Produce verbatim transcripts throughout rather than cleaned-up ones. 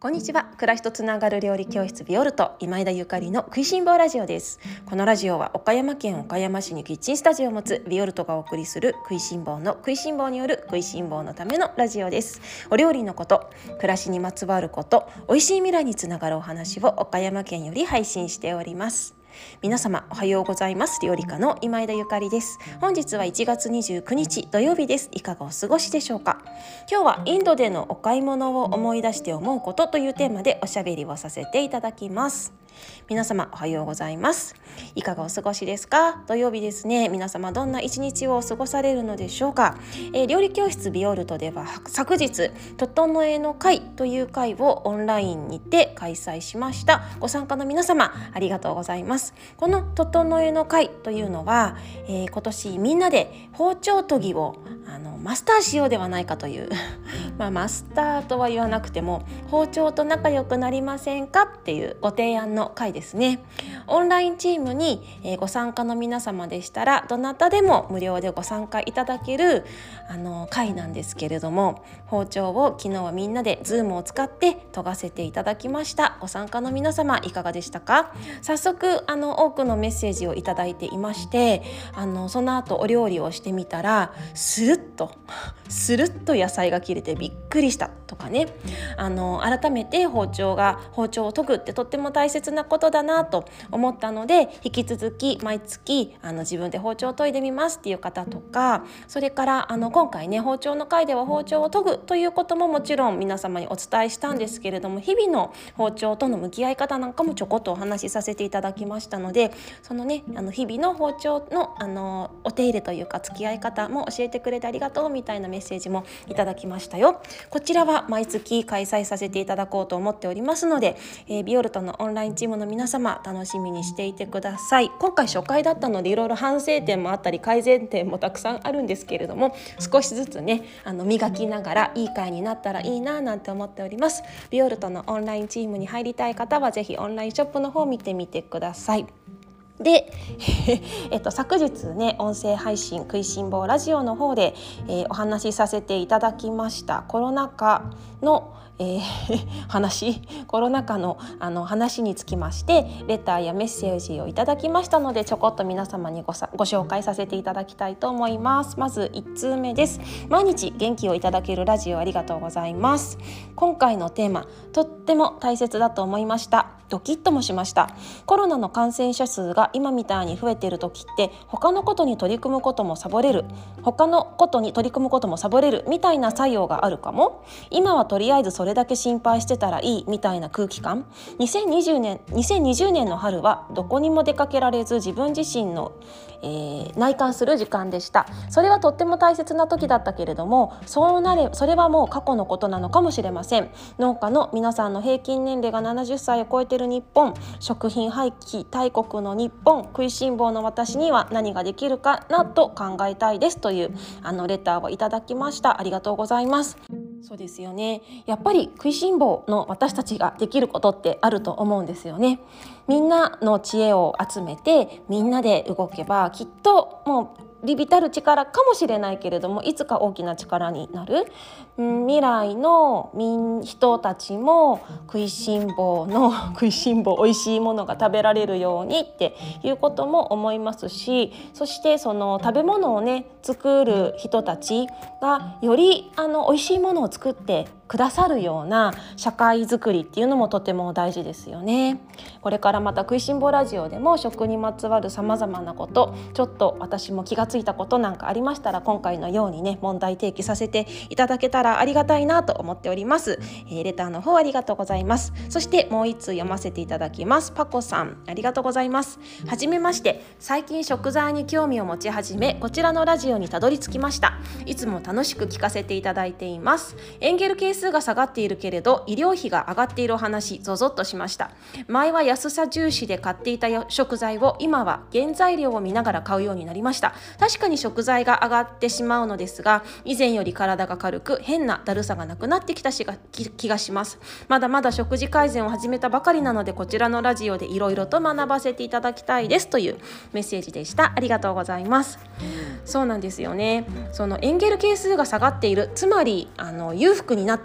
こんにちは。暮らしとつながる料理教室ビオルト今井田ゆかりの食いしん坊ラジオです。このラジオは岡山県岡山市にキッチンスタジオを持つビオルトがお送りする食いしん坊の食いしん坊による食いしん坊のためのラジオです。お料理のこと、暮らしにまつわること、美味しい未来につながるお話を岡山県より配信しております。皆様おはようございます。料理家の今井田ゆかりです。本日はいちがつにじゅうくにち土曜日です。いかがお過ごしでしょうか。今日はインドでのお買い物を思い出して思うことというテーマでおしゃべりをさせていただきます。皆様おはようございます。いかがお過ごしですか。土曜日ですね。皆様どんな一日を過ごされるのでしょうか。えー、料理教室ビオルトでは昨日整えの会という会をオンラインにて開催しました。ご参加の皆様ありがとうございます。この整えの会というのは、えー、今年みんなで包丁研ぎをあのマスターしようではないかというまあマスターとは言わなくても包丁と仲良くなりませんかっていうご提案の会ですね。オンラインチームに、えー、ご参加の皆様でしたらどなたでも無料でご参加いただけるあの会なんですけれども、包丁を昨日はみんなで Zoom を使って研がせていただきました。ご参加の皆様いかがでしたか。早速あの多くのメッセージをいただいていまして、あのその後お料理をしてみたらスルッとスルッと野菜が切れてびっくりしたとかね、あの改めて包丁が包丁を研ぐってとっても大切なことだなと思ったので、引き続き毎月あの自分で包丁を研いでみますっていう方とか、それからあの今回ね包丁の会では包丁を研ぐということももちろん皆様にお伝えしたんですけれども、日々の包丁との向き合い方なんかもちょこっとお話しさせていただきましたので、そのねあの日々の包丁のあのお手入れというか付き合い方も教えてくれてありがとうみたいなメッセージもいただきましたよ。こちらは毎月開催させていただこうと思っておりますので、えー、ビオルトのオンラインチームの皆様楽しみにしていてください。今回初回だったのでいろいろ反省点もあったり改善点もたくさんあるんですけれども、少しずつねあの磨きながらいい会になったらいいななんて思っております。ビオルトのオンラインチームに入りたい方はぜひオンラインショップの方を見てみてください。で、えっと、昨日ね音声配信食いしん坊ラジオの方で、えー、お話しさせていただきましたコロナ禍のえー、話コロナ禍の、あの話につきましてレターやメッセージをいただきましたので、ちょこっと皆様に ご, さご紹介させていただきたいと思います。まずいち通目です。毎日元気をいただけるラジオありがとうございます。今回のテーマとっても大切だと思いました。ドキッともしました。コロナの感染者数が今みたいに増えている時って他のことに取り組むこともサボれる他のことに取り組むこともサボれるみたいな作用があるかも。今はとりあえずそれだけ心配してたらいいみたいな空気感。にせんにじゅうねんにせんにじゅうねんの春はどこにも出かけられず自分自身の、えー、内観する時間でした。それはとっても大切な時だったけれども、そうなれそれはもう過去のことなのかもしれません。農家の皆さんの平均年齢がななじゅっさいを超えている日本、食品廃棄大国の日本、食いしん坊の私には何ができるかなと考えたいですというあのレターをいただきました。ありがとうございます。そうですよね。やっぱり食いしん坊の私たちができることってあると思うんですよね。みんなの知恵を集めてみんなで動けばきっともう微々たる力かもしれないけれどもいつか大きな力になる、うん、未来の民人たちも食いしん坊の食いしん坊おいしいものが食べられるようにっていうことも思いますし、そしてその食べ物をね作る人たちがよりあのおいしいものを作ってくださるような社会づくりっていうのもとても大事ですよね。これからまた食いしん坊ラジオでも食にまつわるさまざまなこと、ちょっと私も気がついたことなんかありましたら今回のようにね問題提起させていただけたらありがたいなと思っております。えー、レターの方ありがとうございます。そしてもう一通読ませていただきます。パコさんありがとうございます。はじめまして。最近食材に興味を持ち始めこちらのラジオにたどり着きました。いつも楽しく聞かせていただいています。エンゲル係数が下がっているけれど医療費が上がっているお話ゾゾッとしました。前は安さ重視で買っていた食材を今は原材料を見ながら買うようになりました。確かに食材が上がってしまうのですが以前より体が軽く変なだるさがなくなってきたしが気がします。まだまだ食事改善を始めたばかりなのでこちらのラジオでいろいろと学ばせていただきたいですというメッセージでした。ありがとうございます。そうなんですよね。そのエンゲル係数が下がっている、つまりあの裕福になって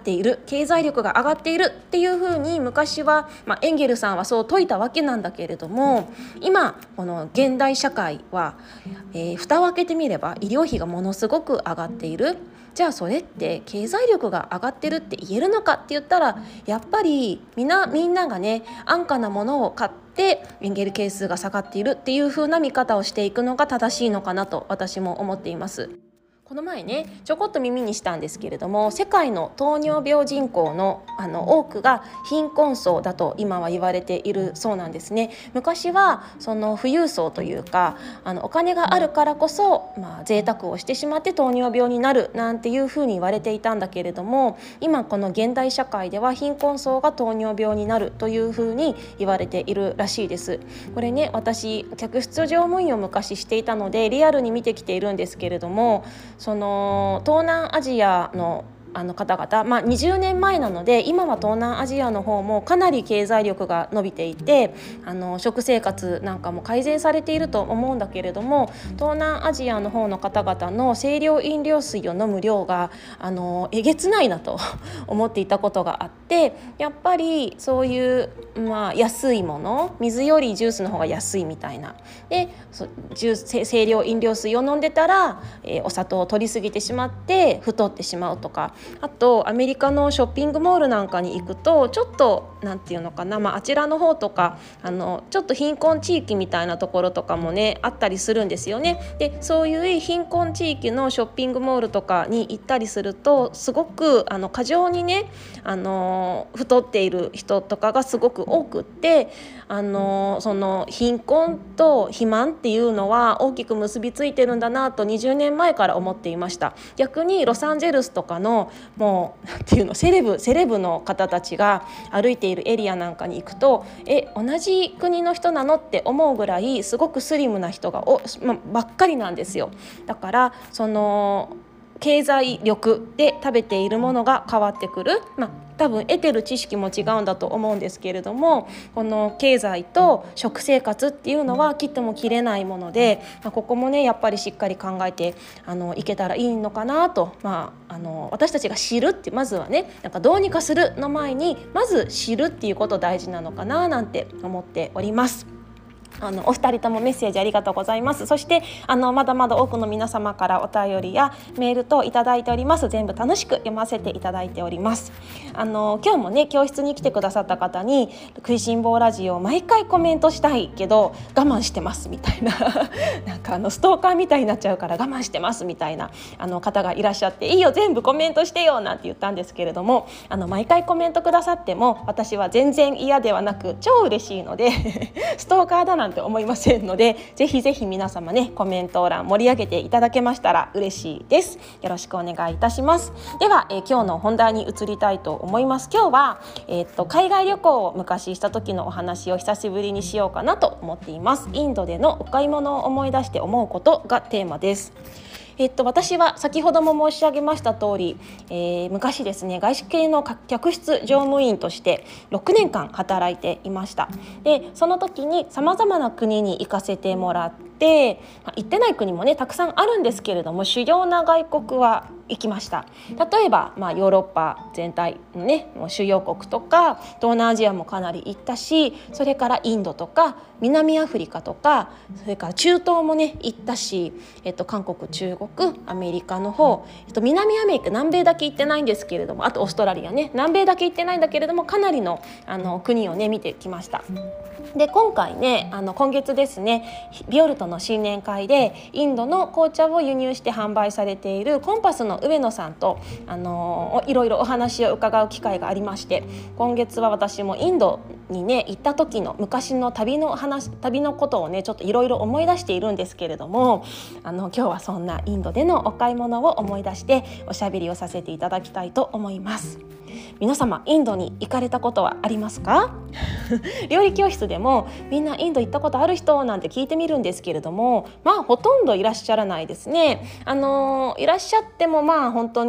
っている、経済力が上がっているっていうふうに昔は、まあ、エンゲルさんはそう説いたわけなんだけれども、今この現代社会は、えー、蓋を開けてみれば医療費がものすごく上がっている。じゃあそれって経済力が上がってるって言えるのかって言ったら、やっぱりみんなみんながね安価なものを買ってエンゲル係数が下がっているっていう風な見方をしていくのが正しいのかなと私も思っています。この前ねちょこっと耳にしたんですけれども、世界の糖尿病人口の、あの多くが貧困層だと今は言われているそうなんですね。昔はその富裕層というか、あのお金があるからこそ、まあ、贅沢をしてしまって糖尿病になるなんていうふうに言われていたんだけれども、今この現代社会では貧困層が糖尿病になるというふうに言われているらしいです。これね、私客室乗務員を昔していたのでリアルに見てきているんですけれども、その東南アジアのあの方々、まあ、にじゅうねんまえなので今は東南アジアの方もかなり経済力が伸びていて、あの食生活なんかも改善されていると思うんだけれども、東南アジアの方の方々の清涼飲料水を飲む量があのえげつないなと思っていたことがあって、やっぱりそういう、まあ、安いもの、水よりジュースの方が安いみたいなで、ジュース清涼飲料水を飲んでたら、えー、お砂糖を取りすぎてしまって太ってしまうとか、あとアメリカのショッピングモールなんかに行くとちょっとなんていうのかな、まあ、あちらの方とかあのちょっと貧困地域みたいなところとかもねあったりするんですよね。でそういう貧困地域のショッピングモールとかに行ったりするとすごくあの過剰にねあの太っている人とかがすごく多くって、あのその貧困と肥満っていうのは大きく結びついてるんだなとにじゅうねんまえから思っていました。逆にロサンゼルスとかのもうなんていうのセレブセレブの方たちが歩いているエリアなんかに行くと、え同じ国の人なのって思うぐらいすごくスリムな人がお、ま、ばっかりなんですよ。だからその経済力で食べているものが変わってくる、まあ、多分得てる知識も違うんだと思うんですけれども、この経済と食生活っていうのは切っても切れないもので、まあ、ここもねやっぱりしっかり考えてあのいけたらいいのかなと、まあ、あの私たちが知るってまずはねなんかどうにかするの前にまず知るっていうこと大事なのかななんて思っております。あのお二人ともメッセージありがとうございます。そしてあのまだまだ多くの皆様からお便りやメールといただいております。全部楽しく読ませていただいております。あの今日もね教室に来てくださった方に食いしん坊ラジオ毎回コメントしたいけど我慢してますみたいななんかあのストーカーみたいになっちゃうから我慢してますみたいなあの方がいらっしゃって、いいよ全部コメントしてよなんて言ったんですけれども、あの毎回コメントくださっても私は全然嫌ではなく超嬉しいのでストーカーだななんて思いませんので、ぜひぜひ皆様ねコメント欄盛り上げていただけましたら嬉しいです。よろしくお願いいたします。では、えー、今日の本題に移りたいと思います。今日は、えー、っと海外旅行を昔した時のお話を久しぶりにしようかなと思っています。インドでのお買い物を思い出して思うことがテーマです。えっと、私は先ほども申し上げました通り、えー、昔ですね外資系の客室乗務員としてろくねんかん働いていました。でその時にさまざまな国に行かせてもらって、まあ、行ってない国もねたくさんあるんですけれども、主要な外国は行きました。例えば、まあ、ヨーロッパ全体のね主要国とか東南アジアもかなり行ったし、それからインドとか南アフリカとか、それから中東もね行ったし、えっと、韓国中国アメリカの方、えっと、南アメリカ南米だけ行ってないんですけれども、あとオーストラリアね南米だけ行ってないんだけれどもかなりの、あの国をね見てきました。で今回ねあの今月ですねビオルトの新年会でインドの紅茶を輸入して販売されているコンパスの上野さんとあのいろいろお話を伺う機会がありまして、今月は私もインドにね行った時の昔の旅の話旅のことをねちょっといろいろ思い出しているんですけれども、あの今日はそんなインドでのお買い物を思い出しておしゃべりをさせていただきたいと思います。皆様インドに行かれたことはありますか？料理教室でもみんなインド行ったことある人なんて聞いてみるんですけれども、まあほとんどいらっしゃらないですね。あのいらっしゃってもまあ本当に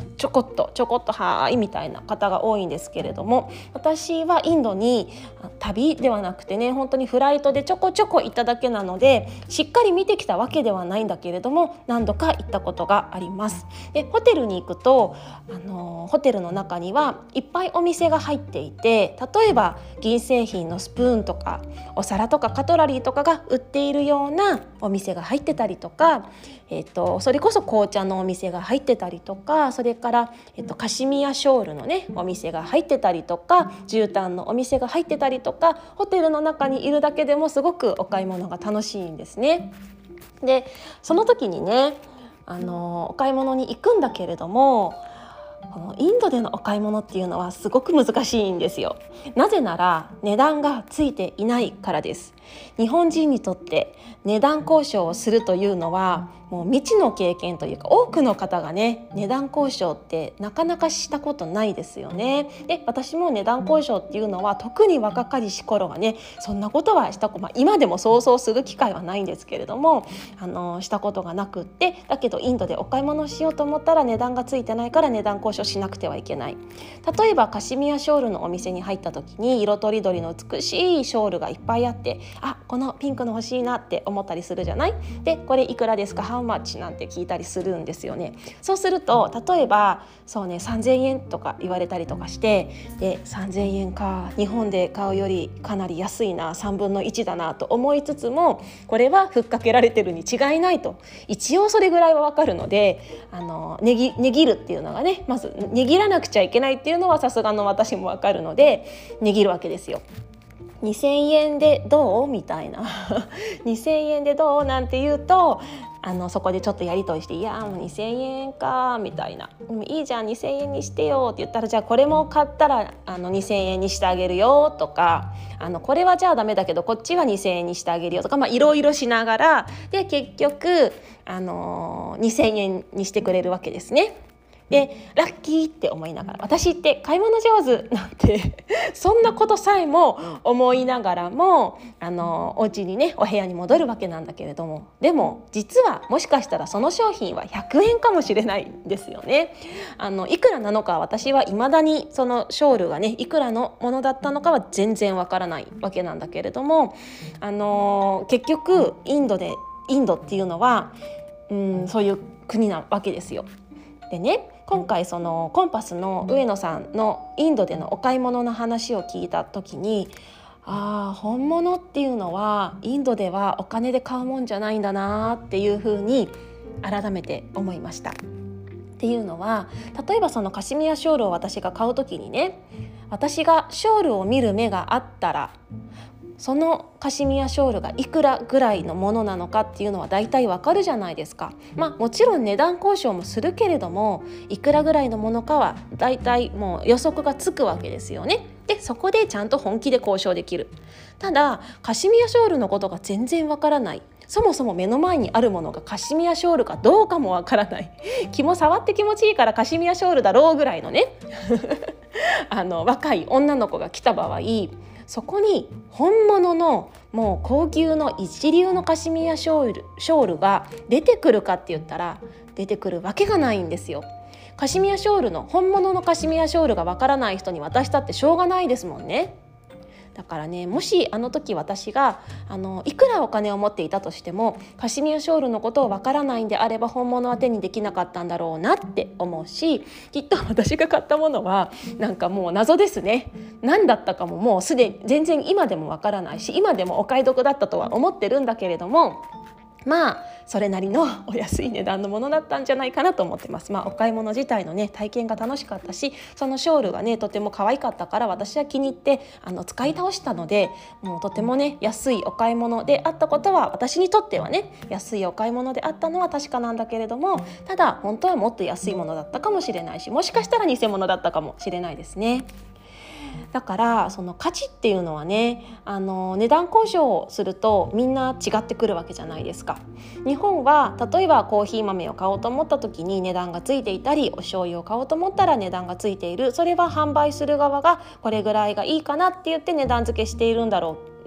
ちょこっとちょこっとはーいみたいな方が多いんですけれども、私はインドに旅ではなくてね、本当にフライトでちょこちょこ行っただけなので、しっかり見てきたわけではないんだけれども、何度か行ったことがあります。でホテルに行くと、あのホテルの中にはいっぱいお店が入っていて、例えば銀製品のスプーンとかお皿とかカトラリーとかが売っているようなお店が入ってたりとか、えー、とそれこそ紅茶のお店が入ってたりとか、それから、えー、とカシミヤショールのねお店が入ってたりとか、絨毯のお店が入ってたりとか、ホテルの中にいるだけでもすごくお買い物が楽しいんですね。でその時にね、あのお買い物に行くんだけれども、このインドでのお買い物っていうのはすごく難しいんですよ。なぜなら値段がついていないからです。日本人にとって値段交渉をするというのはもう未知の経験というか、多くの方がね値段交渉ってなかなかしたことないですよね。で私も値段交渉っていうのは特に若かりし頃はね、そんなことはしたこと、まあ、今でもそうそうする機会はないんですけれども、あのしたことがなくって、だけどインドでお買い物しようと思ったら値段がついてないから値段交渉しなくてはいけない。例えばカシミヤショールのお店に入った時に色とりどりの美しいショールがいっぱいあって、あ、このピンクの欲しいなって思ったりするじゃない。でこれいくらですか、ハウマッチなんて聞いたりするんですよね。そうすると例えばそうねさんぜんえんとか言われたりとかして、でさんぜんえんか、日本で買うよりかなり安いな、さんぶんのいちだなと思いつつも、これはふっかけられてるに違いないと、一応それぐらいはわかるので、あの値切、値切るっていうのがね、まず値切らなくちゃいけないっていうのはさすがの私もわかるので値切るわけですよ。にせんえんでどうみたいなにせんえんでどうなんて言うと、あのそこでちょっとやり取りして、いやもうにせんえんかみたいな、いいじゃんにせんえんにしてよって言ったら、じゃあこれも買ったらあのにせんえんにしてあげるよとか、あのこれはじゃあダメだけどこっちはにせんえんにしてあげるよとか、まあいろいろしながら、で結局あのにせんえんにしてくれるわけですね。でラッキーって思いながら、私って買い物上手なんてそんなことさえも思いながらも、あのお家にねお部屋に戻るわけなんだけれども、でも実はもしかしたらその商品はひゃくえんかもしれないんですよね。あのいくらなのか私は未だにそのショールがねいくらのものだったのかは全然わからないわけなんだけれども、あの結局インドでインドっていうのは、うん、そういう国なわけですよ。でね、今回そのコンパスの上野さんのインドでのお買い物の話を聞いた時に、ああ本物っていうのはインドではお金で買うもんじゃないんだなっていうふうに改めて思いました。っていうのは、例えばそのカシミヤショールを私が買う時にね、私がショールを見る目があったら、そのカシミヤショールがいくらぐらいのものなのかっていうのは大体わかるじゃないですか。まあもちろん値段交渉もするけれども、いくらぐらいのものかは大体もう予測がつくわけですよね。でそこでちゃんと本気で交渉できる。ただカシミヤショールのことが全然わからない、そもそも目の前にあるものがカシミヤショールかどうかもわからない、気も触って気持ちいいからカシミヤショールだろうぐらいのねあの若い女の子が来た場合、そこに本物のもう高級の一流のカシミヤショール、ショールが出てくるかって言ったら出てくるわけがないんですよ。カシミヤショールの本物のカシミヤショールがわからない人に渡したってしょうがないですもんね。だからね、もしあの時私があのいくらお金を持っていたとしてもカシミヤショールのことをわからないんであれば本物は手にできなかったんだろうなって思うし、きっと私が買ったものはなんかもう謎ですね。何だったかももうすでに全然今でもわからないし、今でもお買い得だったとは思ってるんだけれども、まあそれなりのお安い値段のものだったんじゃないかなと思ってます。まあお買い物自体のね体験が楽しかったし、そのショールがねとても可愛かったから私は気に入ってあの使い倒したので、もうとてもね安いお買い物であったことは、私にとってはね安いお買い物であったのは確かなんだけれども、ただ本当はもっと安いものだったかもしれないし、もしかしたら偽物だったかもしれないですね。だからその価値っていうのはね、あの値段交渉をするとみんな違ってくるわけじゃないですか。日本は例えばコーヒー豆を買おうと思った時に値段がついていたり、お醤油を買おうと思ったら値段がついている、それは販売する側がこれぐらいがいいかなって言って値段付けしているんだろう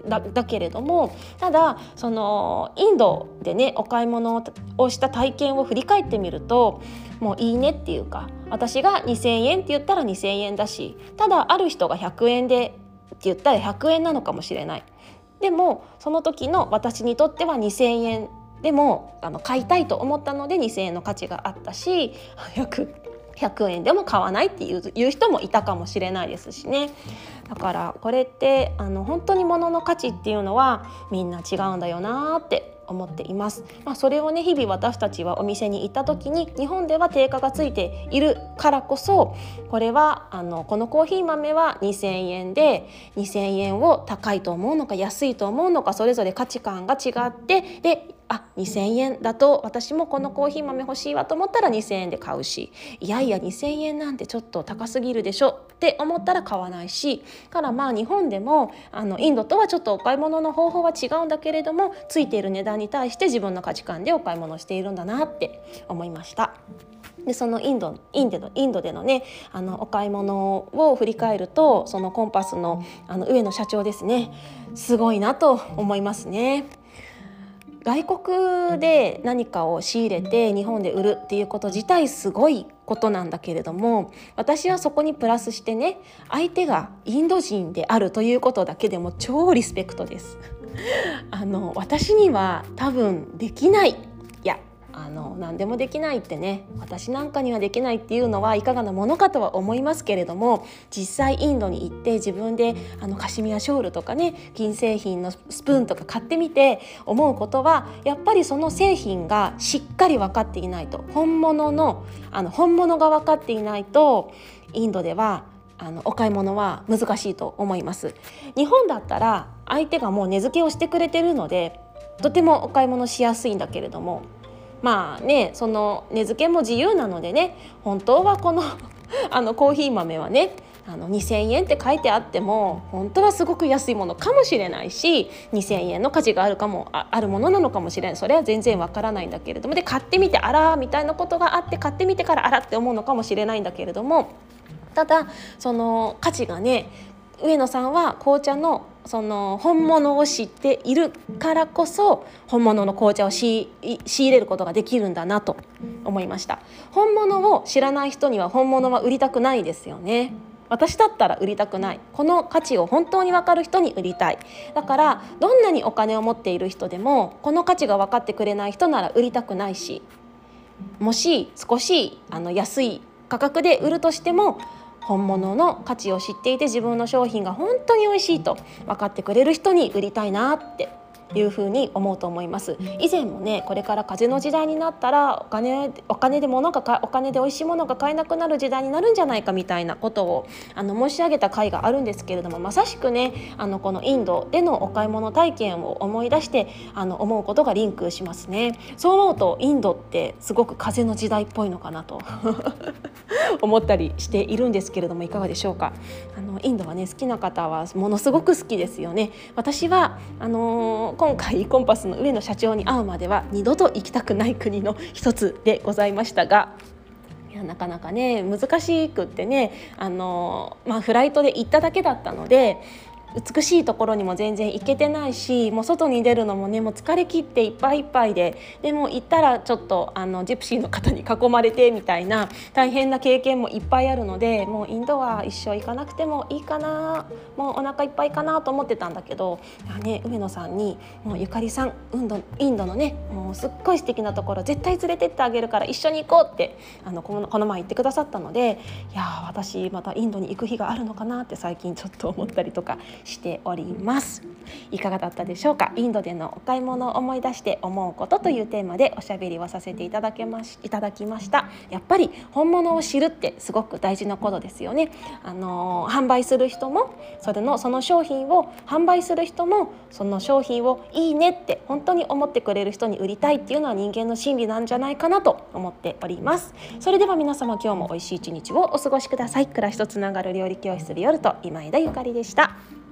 だ, だけれども、ただそのインドでねお買い物をした体験を振り返ってみると、もういいねっていうか、私がにせんえんって言ったらにせんえんだし、ただある人がひゃくえんでって言ったらひゃくえんなのかもしれない。でもその時の私にとってはにせんえんでもあの買いたいと思ったのでにせんえんの価値があったし、ひゃくひゃくえんでも買わないっていう、いう人もいたかもしれないですしね。だからこれってあの本当に物の価値っていうのはみんな違うんだよなって思っています。まあ、それをね日々私たちはお店に行った時に日本では定価がついているからこそ、これはあのこのコーヒー豆はにせんえんでにせんえんを高いと思うのか安いと思うのか、それぞれ価値観が違って、であにせんえんだと私もこのコーヒー豆欲しいわと思ったらにせんえんで買うし、いやいやにせんえんなんてちょっと高すぎるでしょって思ったら買わないし、からまあ日本でもあのインドとはちょっとお買い物の方法は違うんだけれども、ついている値段に対して自分の価値観でお買い物をしているんだなって思いました。でそのインド、インドのインドでのねあのお買い物を振り返ると、そのコンパスのあの上野社長ですね、すごいなと思いますね。外国で何かを仕入れて日本で売るっていうこと自体すごいことなんだけれども、私はそこにプラスしてね、相手がインド人であるということだけでも超リスペクトです。あの私には多分できない、いやあの何でもできないってね、私なんかにはできないっていうのはいかがなものかとは思いますけれども、実際インドに行って自分であのカシミヤショールとかね銀製品のスプーンとか買ってみて思うことは、やっぱりその製品がしっかり分かっていないと、本物のあの本物が分かっていないとインドではあのお買い物は難しいと思います。日本だったら相手がもう値付けをしてくれてるのでとてもお買い物しやすいんだけれども、まあねその値付けも自由なのでね、本当はこのあのコーヒー豆はねあのにせんえんって書いてあっても本当はすごく安いものかもしれないし、にせんえんの価値があるかも あ, あるものなのかもしれない、それは全然わからないんだけれども、で買ってみてあらみたいなことがあって、買ってみてからあらって思うのかもしれないんだけれども、ただその価値がね、上野さんは紅茶のその本物を知っているからこそ本物の紅茶を仕入れることができるんだなと思いました。本物を知らない人には本物は売りたくないですよね。私だったら売りたくない。この価値を本当に分かる人に売りたい。だからどんなにお金を持っている人でもこの価値が分かってくれない人なら売りたくないし、もし少しあの安い価格で売るとしても本物の価値を知っていて自分の商品が本当に美味しいと分かってくれる人に売りたいなっていうふうに思うと思います。以前もね、これから風の時代になったらお金、お金で物が買お金で美味しいものが買えなくなる時代になるんじゃないかみたいなことをあの申し上げた回があるんですけれども、まさしくねあのこのインドでのお買い物体験を思い出してあの思うことがリンクしますね。そう思うとインドってすごく風の時代っぽいのかなと思ったりしているんですけれども、いかがでしょうか。あのインドはね好きな方はものすごく好きですよね。私はあのー今回コンパスの上野社長に会うまでは二度と行きたくない国の一つでございましたが、いやなかなかね難しくってね、あの、まあ、フライトで行っただけだったので美しいところにも全然行けてないし、もう外に出るのもねもう疲れ切っていっぱいいっぱいで、でも行ったらちょっとあのジプシーの方に囲まれてみたいな大変な経験もいっぱいあるので、もうインドは一生行かなくてもいいかな、もうお腹いっぱいかなと思ってたんだけど、ね、上野さんにもうゆかりさんインド、インドのねもうすっごい素敵なところ絶対連れてってあげるから一緒に行こうってあのこの、この前言ってくださったので、いや私またインドに行く日があるのかなって最近ちょっと思ったりとかしております。いかがだったでしょうか。インドでのお買い物を思い出して思うことというテーマでおしゃべりをさせていただけまし、いただきました。やっぱり本物を知るってすごく大事なことですよね。あの販売する人もそれのその商品を販売する人もその商品をいいねって本当に思ってくれる人に売りたいっていうのは人間の心理なんじゃないかなと思っております。それでは皆様今日も美味しい一日をお過ごしください。暮らしとつながる料理教室ビオルト今井田ゆかりでした。